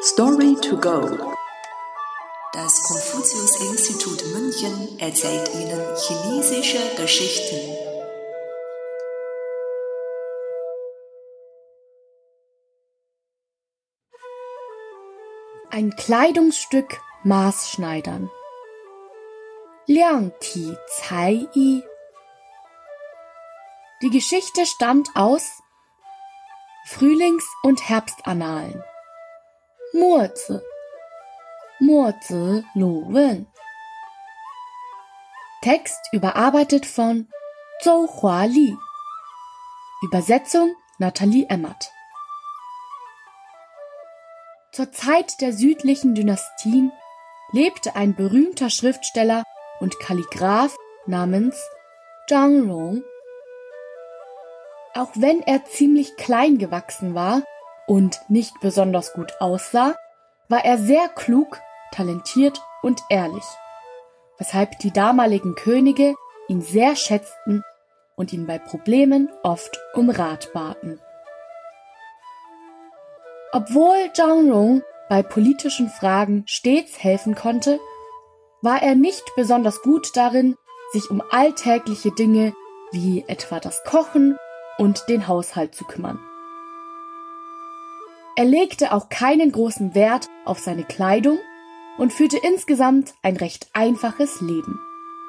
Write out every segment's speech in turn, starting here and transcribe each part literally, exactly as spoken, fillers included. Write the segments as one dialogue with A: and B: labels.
A: Story to go. Das Konfuzius-Institut München erzählt Ihnen chinesische Geschichten.
B: Ein Kleidungsstück maßschneidern. Liang Ti Cai Yi. Die Geschichte stammt aus Frühlings- und Herbstannalen. Mo Zi, Mo Zi Lu Wen. Text überarbeitet von Zhou Hua Li. Übersetzung Nathalie Emmert. Zur Zeit der südlichen Dynastien lebte ein berühmter Schriftsteller und Kalligraph namens Zhang Rong. Auch wenn er ziemlich klein gewachsen war und nicht besonders gut aussah, war er sehr klug, talentiert und ehrlich, weshalb die damaligen Könige ihn sehr schätzten und ihn bei Problemen oft um Rat baten. Obwohl Zhang Rong bei politischen Fragen stets helfen konnte, war er nicht besonders gut darin, sich um alltägliche Dinge wie etwa das Kochen und den Haushalt zu kümmern. Er legte auch keinen großen Wert auf seine Kleidung und führte insgesamt ein recht einfaches Leben.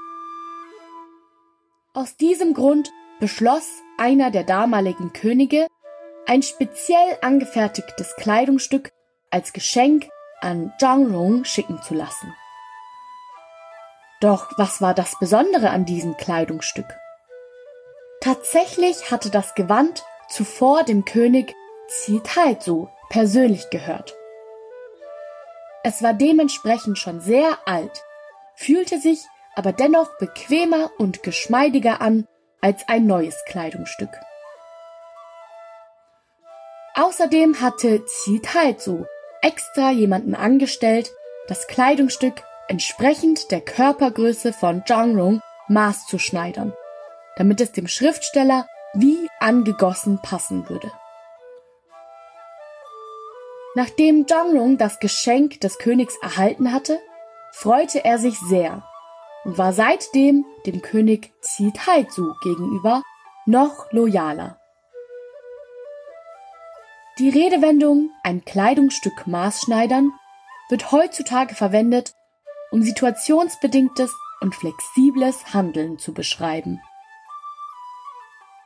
B: Aus diesem Grund beschloss einer der damaligen Könige, ein speziell angefertigtes Kleidungsstück als Geschenk an Zhang Rong schicken zu lassen. Doch was war das Besondere an diesem Kleidungsstück? Tatsächlich hatte das Gewand zuvor dem König Qi Taizu persönlich gehört. Es war dementsprechend schon sehr alt, fühlte sich aber dennoch bequemer und geschmeidiger an als ein neues Kleidungsstück. Außerdem hatte Qi Taizu extra jemanden angestellt, das Kleidungsstück entsprechend der Körpergröße von Zhang Rong maßzuschneidern, damit es dem Schriftsteller wie angegossen passen würde. Nachdem Zhang Rong das Geschenk des Königs erhalten hatte, freute er sich sehr und war seitdem dem König Qi Taizu gegenüber noch loyaler. Die Redewendung ein Kleidungsstück maßschneidern wird heutzutage verwendet, um situationsbedingtes und flexibles Handeln zu beschreiben.